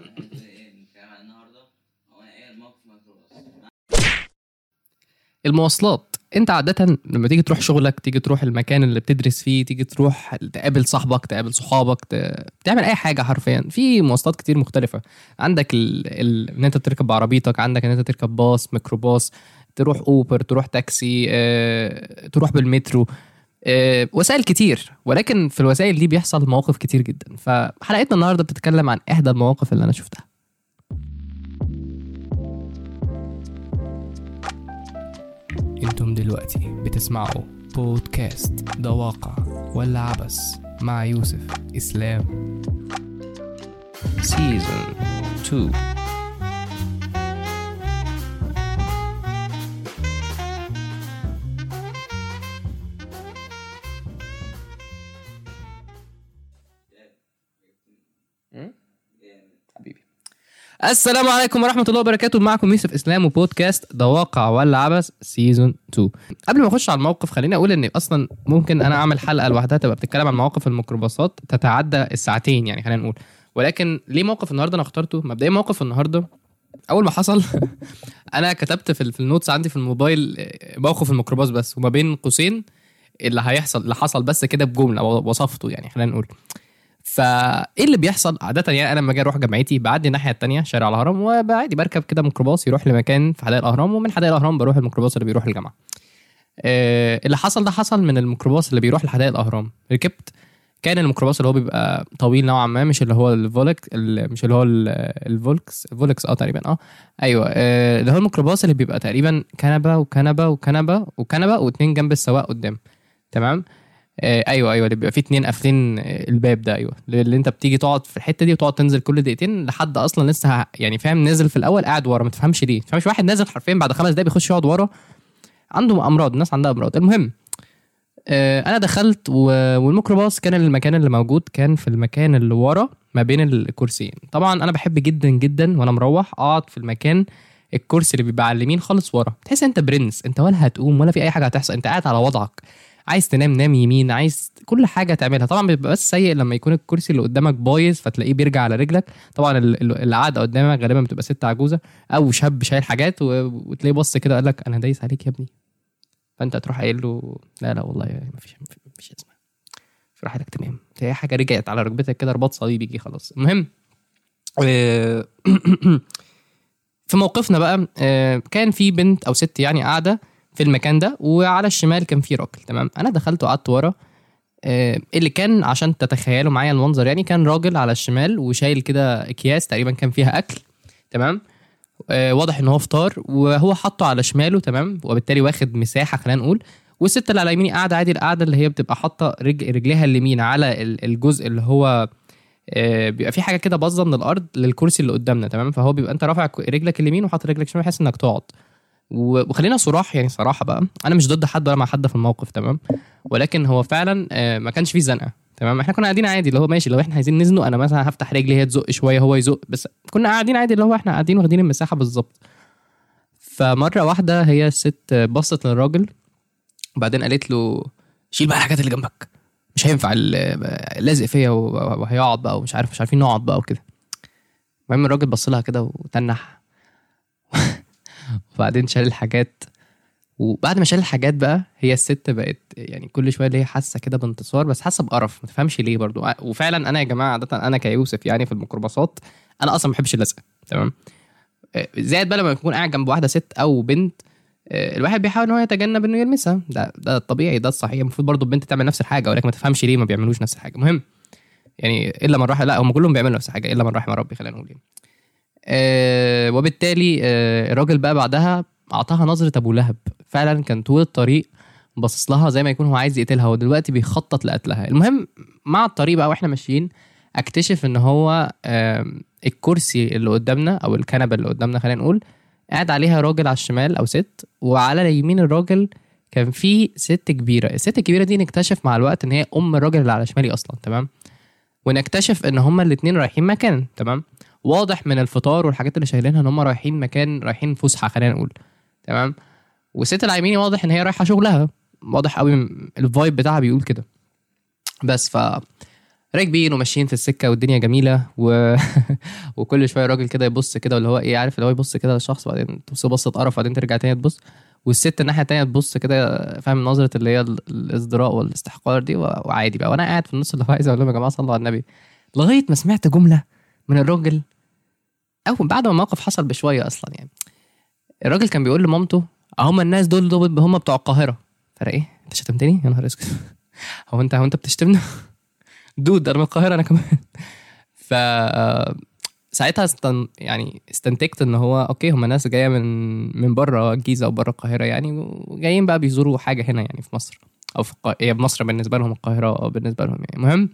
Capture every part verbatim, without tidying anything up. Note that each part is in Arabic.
المواصلات، انت عادة لما تيجي تروح شغلك، تيجي تروح المكان اللي بتدرس فيه، تيجي تروح تقابل صاحبك، تقابل صحابك، ت... تعمل اي حاجة حرفيا في مواصلات كتير مختلفة. عندك ال... ال... ان انت تركب بعربيتك، عندك ان انت تركب باص، ميكروباص، تروح اوبر، تروح تاكسي، اه... تروح بالمترو، اه... وسائل كتير. ولكن في الوسائل دي بيحصل مواقف كتير جدا. فحلقتنا النهاردة بتتكلم عن احدى المواقف اللي انا شفتها. انتم دلوقتي بتسمعوا بودكاست ده واقع ولا عبث مع يوسف إسلام سيزن تو. حبيبي، السلام عليكم ورحمة الله وبركاته. معكم يوسف إسلام وبودكاست ده واقع ولا عبث سيزون تو. قبل ما أخش على الموقف خليني أقول إن أصلا ممكن أنا أعمل حلقة لوحدها تبقى بتتكلم عن مواقف الميكروباصات تتعدى الساعتين، يعني خلينا نقول. ولكن ليه موقف النهاردة أنا اخترته؟ مبدئيا موقف النهاردة أول ما حصل أنا كتبت في, في النوتس عندي في الموبايل موقف الميكروباص بس، وما بين قوسين اللي هيحصل اللي حصل بس كده بجملة وصفته، يعني خلينا نقول. فايه اللي بيحصل عاده؟ يعني انا لما اجي اروح جامعتي بعدي الناحيه التانية شارع الاهرام، وبعدي بركب كده ميكروباص يروح لمكان في حدائق الاهرام، ومن حدائق الاهرام بروح الميكروباص اللي بيروح الجامعه. أه اللي حصل ده حصل من الميكروباص اللي بيروح لحدائق الاهرام. ركبت كان الميكروباص اللي هو بيبقى طويل نوعا ما، مش اللي هو الفولك مش اللي هو الفولكس الفولكس اه تقريبا اه ايوه أه اللي هو الميكروباص اللي بيبقى تقريبا كنبه وكنبه وكنبه وكنبه واتنين جنب السواق قدام. تمام. آه ايوه ايوه اللي بيبقى فيه اتنين قافلين الباب ده. ايوه اللي انت بتيجي تقعد في الحته دي وتقعد تنزل كل دقيقتين لحد اصلا لسه ه... يعني فاهم، نازل في الاول قاعد ورا، ما تفهمش ليه. فمش واحد نازل حرفيا بعد خمس دقايق بيخش يقعد ورا، عنده امراض، الناس عندها امراض. المهم آه انا دخلت و... والميكروباص كان المكان اللي موجود كان في المكان اللي ورا ما بين الكرسيين. طبعا انا بحب جدا جدا وانا مروح اقعد في المكان الكرسي اللي بيبقى على اليمين خالص ورا. تحس انت برنس، انت ولا هتقوم ولا في اي حاجه هتحصل، انت قاعد على وضعك، عايز تنام نام يمين، عايز كل حاجه تعملها. طبعا بيبقى بس سيء لما يكون الكرسي اللي قدامك بايظ فتلاقيه بيرجع على رجلك. طبعا اللي قاعده قدامك غالبا بتبقى ست عجوزه او شاب شايل حاجات، وتلاقيه بص كده قال لك انا دايس عليك يا ابني، فانت تروح قايل له لا لا والله ما فيش ما فيش اسمها، في راح لك تمام، تلاقي حاجه رجعت على ركبتك كده رباط صليبي يجي خلاص. المهم في موقفنا بقى كان في بنت او ست يعني قاعده في المكان ده، وعلى الشمال كان في راجل. تمام. انا دخلت وقعدت ورا. آه اللي كان عشان تتخيلوا معايا المنظر، يعني كان راجل على الشمال وشايل كده اكياس تقريبا كان فيها اكل. تمام. آه واضح ان هو فطار وهو حاطه على شماله. تمام. وبالتالي واخد مساحه خلينا نقول. والست اللي على يميني قاعده عادي، القعده اللي هي بتبقى حاطه رجل رجليها اليمين على الجزء اللي هو آه بيبقى في حاجه كده باظه من الارض للكرسي اللي قدامنا. تمام. فهو بيبقى انت رافع رجلك اليمين وحاطط رجلك الشمال بحيث انك تقعد. وخلينا صراح، يعني صراحه بقى انا مش ضد حد ولا مع حد في الموقف. تمام. ولكن هو فعلا ما كانش فيه زنقه. تمام. احنا كنا قاعدين عادي اللي هو ماشي، لو احنا عايزين نزنق انا مثلا هفتح رجلي هي تزق شويه هو يزق، بس كنا قاعدين عادي اللي هو احنا قاعدين واخدين المساحه بالظبط. فمره واحده هي الست بصت للراجل وبعدين قالت له شيل بقى الحاجات اللي جنبك، مش هينفع لازق فيا وهيقعد بقى ومش عارف مش عارفين نقعد بقى وكده. المهم الراجل بص لها كده وتنح وبعدين شال الحاجات. وبعد ما شال الحاجات بقى هي الست بقت يعني كل شويه اللي هي حاسه كده بانتصار، بس حاسه بقرف ما تفهمش ليه برضو. وفعلا انا يا جماعه عاده انا كيوسف يعني في الميكروباصات انا اصلا ما بحبش اللزق. تمام. زائد بقى لما يكون قاعد جنب واحده ست او بنت، الواحد بيحاول ان هو يتجنب انه يلمسها، ده ده الطبيعي ده الصحيح. المفروض برضو البنت تعمل نفس الحاجه، ولكن ما تفهمش ليه ما بيعملوش نفس الحاجه. مهم يعني الا من رحم، لا هم كلهم بيعملوا نفس الحاجه الا من رحم ربي خلينا نقول. أه وبالتالي أه الراجل بقى بعدها اعطاها نظرة ابو لهب. فعلا كان طول الطريق بصص لها زي ما يكون هو عايز يقتلها ودلوقتي بيخطط لقتلها. المهم مع الطريق بقى واحنا ماشيين اكتشف ان هو أه الكرسي اللي قدامنا او الكنبه اللي قدامنا خلينا نقول قاعد عليها راجل على الشمال او ست، وعلى يمين الراجل كان في ست كبيره. الست الكبيره دي نكتشف مع الوقت ان هي ام الراجل اللي على شمالي اصلا. تمام. ونكتشف ان هما الاتنين رايحين مكان. تمام. واضح من الفطار والحاجات اللي شايلينها ان هم رايحين مكان، رايحين فسحه خلينا نقول. تمام. والست اللي يميني واضح ان هي رايحه شغلها، واضح قوي الفايب بتاعها بيقول كده. بس ف راكبين وماشيين في السكه والدنيا جميله و... وكل شويه الراجل كده يبص كده، اللي هو ايه عارف، اللي هو يبص كده للشخص بعدين تبص بصه قرف بعدين ترجع تاني تبص، والست الناحيه التانيه تبص كده فاهم نظره اللي هي ال- الازدراء والاستحقار دي، و- وعادي بقى. وانا قاعد في النص اللي هو عايز اقول لهم يا جماعه صلوا على النبي، لغايه ما سمعت جمله من الراجل، او بعد ما الموقف حصل بشويه اصلا يعني. الراجل كان بيقول لمامته هم الناس دول دول هم بتوع القاهره. فرق ايه انت شتمتني يا نهار اسود؟ هو انت هو انت بتشتمني؟ دود انا من القاهره انا كمان. ف ساعتها استن... يعني استنتجت ان هو اوكي هم ناس جايه من من بره الجيزه او بره القاهره يعني، وجايين بقى بيزوروا حاجه هنا يعني في مصر، او في الق... هي مصر بالنسبه لهم القاهره او بالنسبه لهم يعني. المهم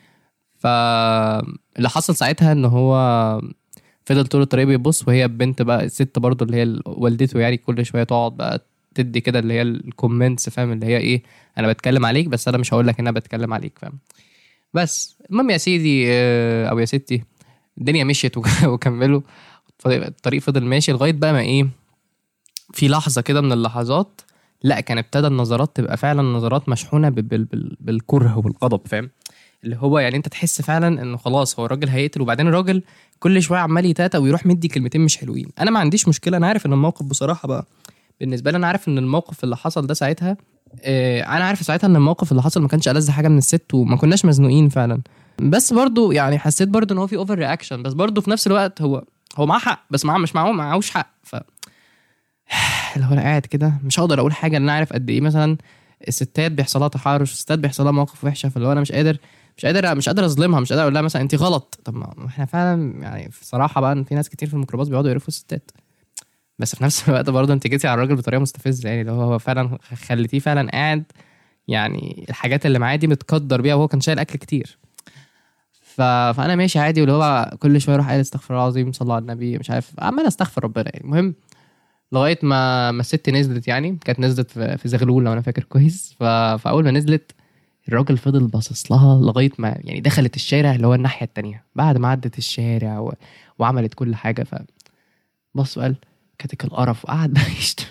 فاللي حصل ساعتها ان هو فضل طول الطريق بيبص، وهي بنت بقى الست برضو اللي هي والدته يعني كل شويه تقعد بقى تدي كده اللي هي الكومنتس فاهم، اللي هي ايه انا بتكلم عليك بس انا مش هقول لك ان انا بتكلم عليك فاهم. بس المهم يا سيدي آه، او يا ستي، الدنيا مشيت وك- وكملوا الطريق، فضل ماشي لغايه بقى ما ايه، في لحظه كده من اللحظات لا كان ابتدى النظرات تبقى فعلا نظرات مشحونه بال- بال- بال- بالكره والغضب فاهم، اللي هو يعني انت تحس فعلا انه خلاص هو الراجل هيقتل، وبعدين الراجل كل شويه عمال يتاتا ويروح مدي كلمتين مش حلوين. انا ما عنديش مشكله، انا عارف ان الموقف بصراحه بقى بالنسبه لي، انا عارف ان الموقف اللي حصل ده ساعتها آه، انا عارف ساعتها ان الموقف اللي حصل ما كانش ألذ حاجه من الست وما كناش مزنوقين فعلا، بس برضو يعني حسيت برضو ان هو في اوفر رياكشن، بس برضو في نفس الوقت هو هو معاه حق بس معاه مش معاه معهوش حق. ف اللي هو انا قاعد كده مش هقدر اقول حاجه، لان انا عارف قد ايه مثلا الستات بيحصل لها تحرش، الستات بيحصل لها مواقف وحشه، فاللي هو انا مش قادر مش قادر مش قادر اظلمها، مش قادر اقول لها مثلا انت غلط. طب ما احنا فعلا يعني بصراحه بقى في ناس كتير في الميكروباص بيقعدوا يقرفوا الستات، بس في نفس الوقت برضه انت جيتي على الراجل بطريقه مستفزه يعني، اللي هو هو فعلا خليتيه فعلا قاعد يعني الحاجات اللي معاه دي متقدر بيها، وهو كان شايل اكل كتير. ف... فانا ماشي عادي، واللي هو كل شويه اروح قايل استغفر الله العظيم صلى على النبي مش عارف عمال استغفر ربنا يعني. المهم لغايه ما ما الست نزلت، يعني كانت نزلت في, في زغلول لو انا فاكر كويس. ف... فاول ما نزلت الراجل فضل باصص لها لغايه ما يعني دخلت الشارع اللي هو الناحيه التانية، بعد ما عدت الشارع و... وعملت كل حاجه، فبص وقال كاتك القرف وقعد بقى يشتم.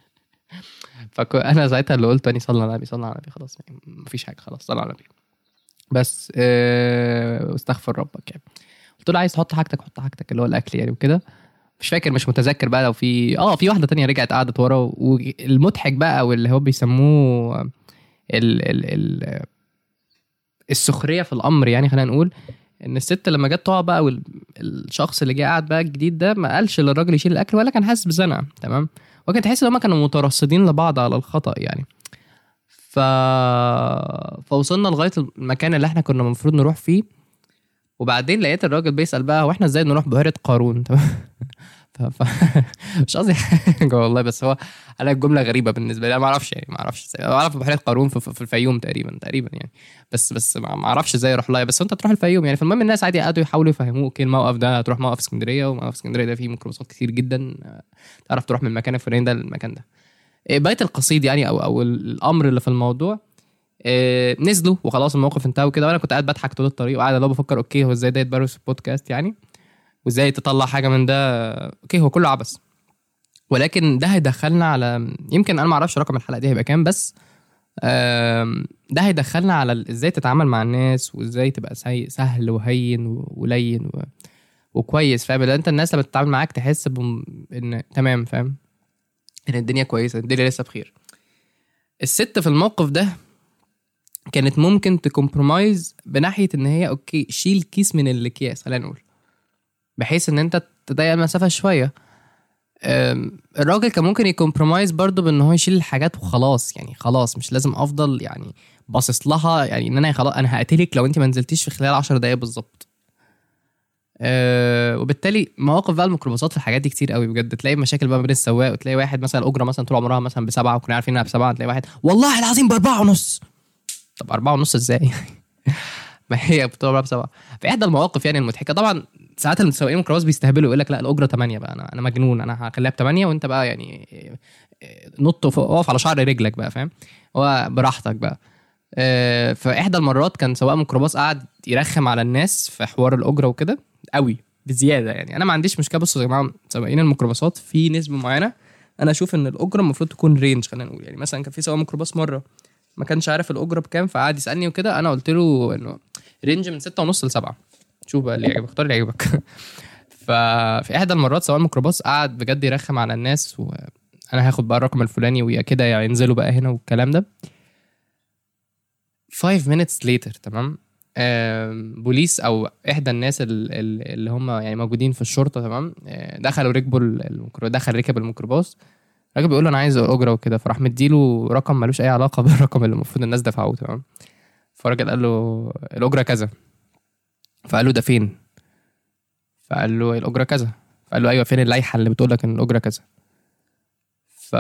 فانا ساعتها اللي قلت اني صلى على النبي صلى على النبي خلاص يعني مفيش حاجه خلاص صلى على النبي بس اه... واستغفر ربك يعني. قلت له عايز تحط حاجتك حط حاجتك اللي هو الاكل يعني وكده. مش فاكر مش متذكر بقى لو في اه في واحده تانية رجعت قعدت ورا، والمضحك بقى واللي هو بيسموه ال ال ال السخريه في الامر يعني، خلينا نقول ان الست لما جت تقعد بقى والشخص اللي جه قاعد بقى الجديد ده ما قالش للراجل يشيل الاكل ولا كان حاسس بزنقه تمام، وكان تحس ان هم كانوا مترصدين لبعض على الخطأ يعني. ف فوصلنا لغايه المكان اللي احنا كنا المفروض نروح فيه، وبعدين لقيت الراجل بيسأل بقى هو احنا ازاي نروح بحيرة قارون تمام. ف... ف... مش قصدي حاجه والله، بس هو انا الجمله غريبه بالنسبه لي، انا ما اعرفش يعني ما اعرفش ازاي، انا اعرف بحيره قارون في, في الفيوم تقريبا تقريبا يعني، بس بس ما اعرفش ازاي اروح لها، بس انت تروح الفيوم يعني. فالمهم الناس عادي قعدوا يحاولوا يفهموك اوكي الموقف ده هتروح موقف اسكندريه، وموقف اسكندريه ده فيه ميكروباصات كتير جدا تعرف تروح من المكان الفلاني ده للمكان ده. بيت القصيد يعني او او الامر اللي في الموضوع إيه نزلوا وخلاص الموقف انتهى وكده، وانا كنت قاعد بضحك طول الطريق وقاعد اللي هو بفكر اوكي هو ازاي ده يتبرز في البودكاست يعني، وازاي تطلع حاجه من ده. اوكي هو كله عبث، ولكن ده هيدخلنا على يمكن انا ما اعرفش رقم الحلقه دي هيبقى كام، بس ده هيدخلنا على ازاي تتعامل مع الناس، وازاي تبقى سهل وهين ولين و... وكويس فاهم. انت الناس لما تتعامل معاك تحس بم... ان تمام فاهم ان الدنيا كويسه الدنيا لسه بخير. الست في الموقف ده كانت ممكن تكمبرومايز بناحيه ان هي اوكي شيل كيس من الاكياس خلينا نقول، بحيث ان انت تضيق المسافه شويه. الراجل كان ممكن يكمبرومايز برضو بان هو يشيل الحاجات وخلاص يعني، خلاص مش لازم افضل يعني باصص لها يعني ان انا خلاص انا هقتلك لو انت ما نزلتيش في خلال عشر دقايق بالظبط. أه وبالتالي مواقف بقى الميكروباصات في الحاجات دي كتير قوي بجد، تلاقي مشاكل بقى بين السواق، وتلاقي واحد مثلا الاجره مثلا طول عمرها مثلا بسبعه وكنا عارفين انها بسبعه، تلاقي واحد والله العظيم باربعه ونص. طب اربعه ونص ازاي؟ ما هي بتبقى بسبعه. في احدى المواقف يعني المضحكه طبعا ساعات السواقين الميكروباص بيستهبلوا يقول لك لا الاجره تمانية بقى، انا انا مجنون انا هخليها ب تمانية وانت بقى يعني نط اقف على شعر رجلك بقى فاهم، هو براحتك بقى. في احدى المرات كان سواق ميكروباص قاعد يرخم على الناس في حوار الاجره وكده قوي بزياده يعني. انا ما عنديش مشكله، بصوا يا جماعه سواقين الميكروباصات في نسبه معينه انا اشوف ان الاجره المفروض تكون رينج خلينا نقول يعني. مثلا كان في سواق ميكروباص مره ما كانش عارف الاجره بكام، فقعد يسالني وكده. انا قلت له انه رينج من ستة ونص لسبعة، شوف بقى اللي يعجبك، اختار اللي يعجبك. ففي احدى المرات سواق الميكروباص قعد بجد يرخم على الناس، وانا هاخد بقى الرقم الفلاني ويا كده يعني ينزلوا بقى هنا والكلام ده. five minutes later تمام، بوليس او احدى الناس اللي هم يعني موجودين في الشرطه تمام، دخلوا ركبوا الميكروباص، دخل ركب الميكروباص. الراجل بيقول له انا عايز اجره وكده، فراح مديله رقم ملوش اي علاقه بالرقم اللي المفروض الناس دفعوه تمام. فالراجل قال له الاجره كذا، فقال له ده فين؟ فقال له الاجره كذا. فقال له ايوه فين اللائحه اللي بتقول لك ان الاجره كذا؟ ف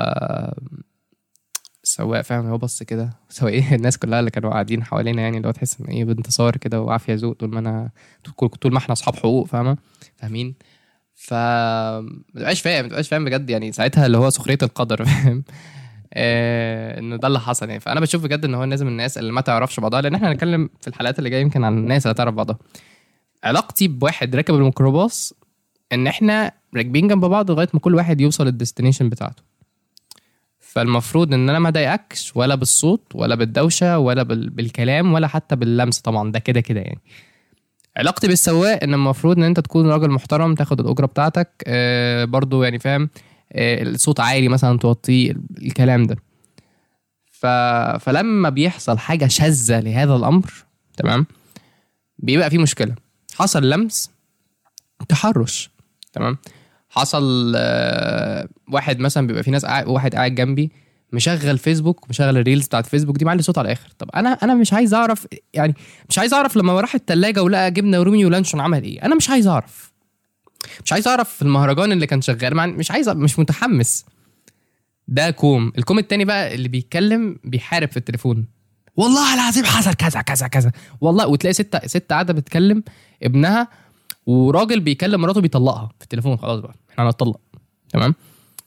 السواق فاهم، هو بص كده سواقين الناس كلها اللي كانوا قاعدين حوالينا يعني، اللي هو تحس ان ايه بانتصار كده وعافيه ذوق، طول ما انا طول ما احنا اصحاب حقوق فاهمه فاهمين. ف متبقاش فاهم متبقاش فاهم بجد يعني ساعتها اللي هو سخريه القدر فاهم. آه انه ده اللي حصل يعني. فانا بشوف بجد ان هو لازم الناس اللي ما تعرفش بعضها، لان احنا هنتكلم في الحلقات اللي جايه يمكن عن الناس اللي تعرف بعضها. علاقتي بواحد راكب الميكروباص ان احنا راكبين جنب بعض لغايه ما كل واحد يوصل الديستنيشن بتاعته. فالمفروض ان انا ما ضايقكش ولا بالصوت ولا بالدوشه ولا بالكلام ولا حتى باللمس، طبعا ده كده كده يعني. علاقتي بالسواق ان المفروض ان انت تكون راجل محترم، تاخد الاجره بتاعتك آه برضو يعني فاهم، آه الصوت عالي مثلا توطيه، الكلام ده. ف... فلما بيحصل حاجه شاذه لهذا الامر تمام، بيبقى فيه مشكله. حصل لمس، تحرش تمام، حصل آه واحد مثلا بيبقى في ناس قاعد، واحد قاعد جنبي مشغل فيسبوك، مشغل الريلز بتاعت فيسبوك دي معلي صوت على الاخر. طب انا انا مش عايز اعرف يعني، مش عايز اعرف لما راح التلاجة ولقى جبنه رومي ولانشون عمل ايه. انا مش عايز اعرف مش عايز اعرف في المهرجان اللي كان شغال مع، مش عايز، مش متحمس. ده كوم. الكوم التاني بقى اللي بيتكلم بيحارب في التليفون، والله العظيم حصل كذا كذا كذا والله، وتلاقي ستة ستة قاعده بتكلم ابنها، وراجل بيكلم مراته بيطلقها في التليفون. خلاص بقى احنا هنطلق تمام.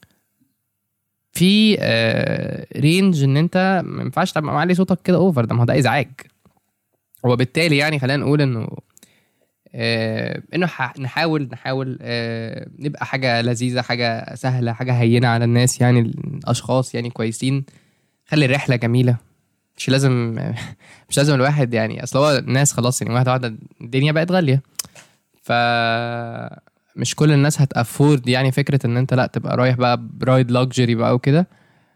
في آه رينج ان انت ما ينفعش تبقى معلي صوتك كده اوفر، ده ما هو ده ازعاج. وبالتالي يعني خلينا نقول انه آه انه نحاول نحاول آه نبقى حاجه لذيذه، حاجه سهله، حاجه هينه على الناس يعني، الاشخاص يعني كويسين. خلي الرحله جميله، مش لازم مش لازم الواحد يعني، اصل هو الناس خلاص يعني واحده واحده الدنيا بقت غاليه، ف مش كل الناس هتأفورد يعني فكرة ان انت لا تبقى رايح بقى برايد لاكجري بقى وكده.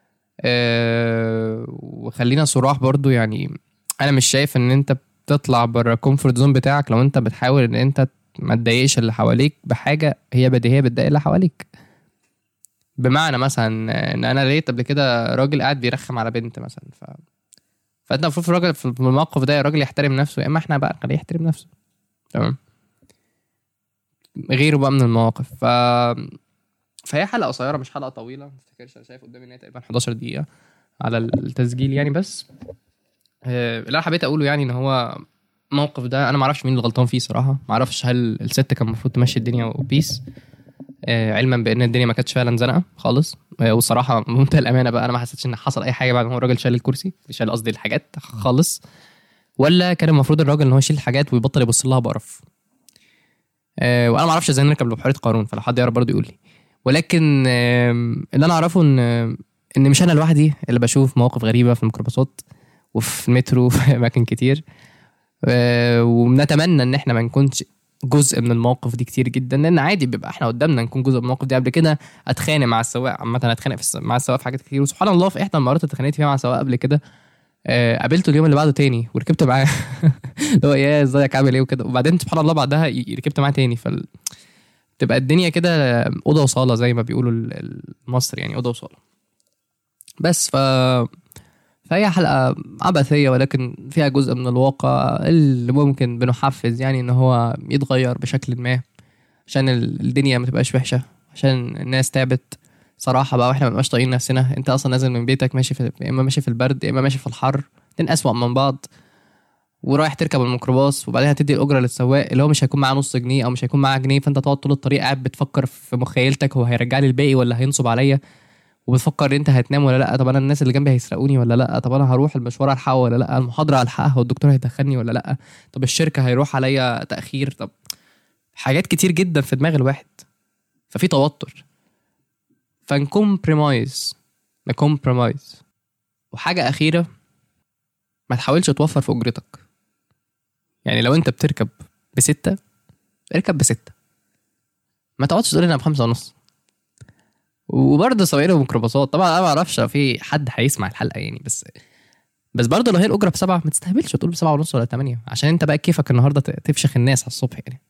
أه وخلينا صراح برضو يعني، انا مش شايف ان انت بتطلع بره الكومفورت زون بتاعك لو انت بتحاول ان انت ما تضايقش اللي حواليك بحاجة هي بديهية بتضايق اللي حواليك. بمعنى مثلا ان انا لقيت قبل كده راجل قاعد بيرخم على بنت مثلا، ف فانت المفروض في الراجل في الموقف ده الراجل يحترم نفسه، يا اما احنا بقى خليه يحترم نفسه تمام. غيره بقى من المواقف. ف فهي حلقه قصيره مش حلقه طويله، ما تفتكرش. انا شايف قدامي ان هي تقريبا حداشر دقيقه على التسجيل يعني. بس آه، اللي انا حبيت اقوله يعني ان هو الموقف ده انا ما اعرفش مين اللي غلطان فيه صراحه. ما اعرفش هل الست كان المفروض تمشي الدنيا وبيس، آه، علما بان الدنيا ما كانتش فعلا زنقه خالص. آه، والصراحه بمنتهى الامانه بقى انا ما حسيتش ان حصل اي حاجه بعد ما هو الراجل شال الكرسي، شال قصدي الحاجات خالص. ولا كان المفروض الراجل ان هو يشيل الحاجات ويبطل يبص لها بقرف. آه، وانا ما اعرفش ازاي نركب لبحيره قارون، فلو حد يعرف برضه يقول لي. ولكن اللي انا اعرفه ان ان مش انا لوحدي اللي بشوف مواقف غريبه في الميكروباصات وفي المترو وفي اماكن كتير. ونتمنى ان احنا ما نكونش جزء من المواقف دي كتير جدا، لان عادي بيبقى احنا قدامنا نكون جزء من المواقف دي. قبل كده اتخانق مع السواق، عامه اتخانق مع السواق في حاجات كتير، وسبحان الله في احدى المرات اللي اتخانقت فيها مع السواق قبل كده قابلته اليوم اللي بعده تاني وركبت معاه. هو يا ازيك عامل ايه وكده، وبعدين سبحان الله بعدها ركبت معاه تاني. فال تبقى الدنيا كده اوضه وصاله زي ما بيقولوا المصري يعني، اوضه وصاله بس. ف فهي حلقه عبثيه ولكن فيها جزء من الواقع اللي ممكن بنحفز يعني ان هو يتغير بشكل ما، عشان الدنيا ما تبقاش وحشه، عشان الناس تعبت صراحه بقى، واحنا ما نبقاش طايقين نفسنا. انت اصلا نازل من بيتك ماشي في، يا اما ماشي في البرد يا اما ماشي في الحر، اتنين اسوأ من بعض، ورايح تركب الميكروباص وبعدين هتدي الاجره للسواق اللي هو مش هيكون معاه نص جنيه او مش هيكون معاه جنيه. فانت تقعد طول الطريق قاعد بتفكر في مخيلتك هو هيرجع لي الباقي ولا هينصب عليا، وبتفكر انت هتنام ولا لا، طب انا الناس اللي جنبي هيسرقوني ولا لا، طب انا هروح المشوار الحقه ولا لا، المحاضره هلحقها والدكتور هيدخلني ولا لا، طب الشركه هيروح عليا تاخير، طب حاجات كتير جدا في دماغ الواحد. ففي توتر، فنكمبرمايز نكمبرمايز. وحاجه اخيره ما تحاولش توفر في اجرتك. يعني لو انت بتركب بستة اركب بستة، ما تقعدش تقول انا بخمسة ونص. وبرضه سواقين وميكروباصات طبعا انا ما اعرفش في حد هيسمع الحلقه يعني، بس بس برضه لو هي الاجره بسبعة ما تستهبلش تقول بسبعة ونص ولا تمانية، عشان انت بقى كيفك النهارده تفشخ الناس على الصبح يعني.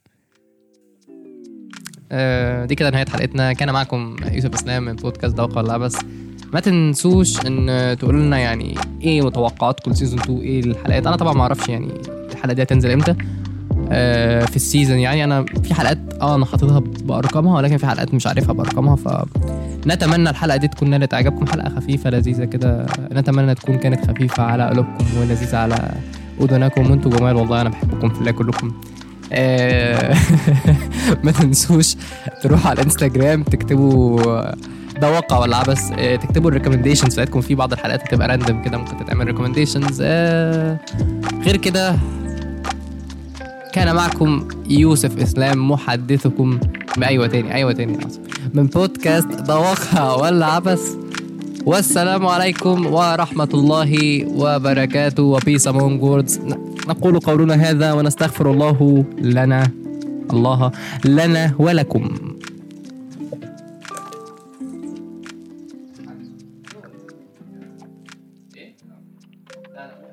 آه دي كده نهايه حلقتنا. كان معكم يوسف اسلام من بودكاست دوقة ولا عبس. ما تنسوش ان تقولوا لنا يعني ايه متوقعاتكم سيزون اتنين، ايه الحلقات. انا طبعا ما اعرفش يعني الحلقه دي هتنزل امتى آه في السيزون. يعني انا في حلقات اه انا حاططها بارقامها، ولكن في حلقات مش عارفها بارقامها. فنتمنى الحلقه دي تكون نالت اعجابكم، حلقه خفيفه لذيذه كده. نتمنى تكون كانت خفيفه على قلوبكم ولذيذه على اذنكم، وانتم جمال والله. انا بحبكم في الله كلكم. آه ما تنسوش تروحوا على الانستجرام تكتبوا ده واقع ولا عبس، آه تكتبوا الريكومنديشنز بتاعتكم. في بعض الحلقات هتبقى راندوم كده، ممكن تتعمل ريكومنديشنز. آه غير كده كان معكم يوسف اسلام محدثكم بايوه تاني ايوه تاني من بودكاست ده واقع ولا عبس. والسلام عليكم ورحمة الله وبركاته. وبيس among words. نقول قولنا هذا ونستغفر الله لنا الله لنا ولكم.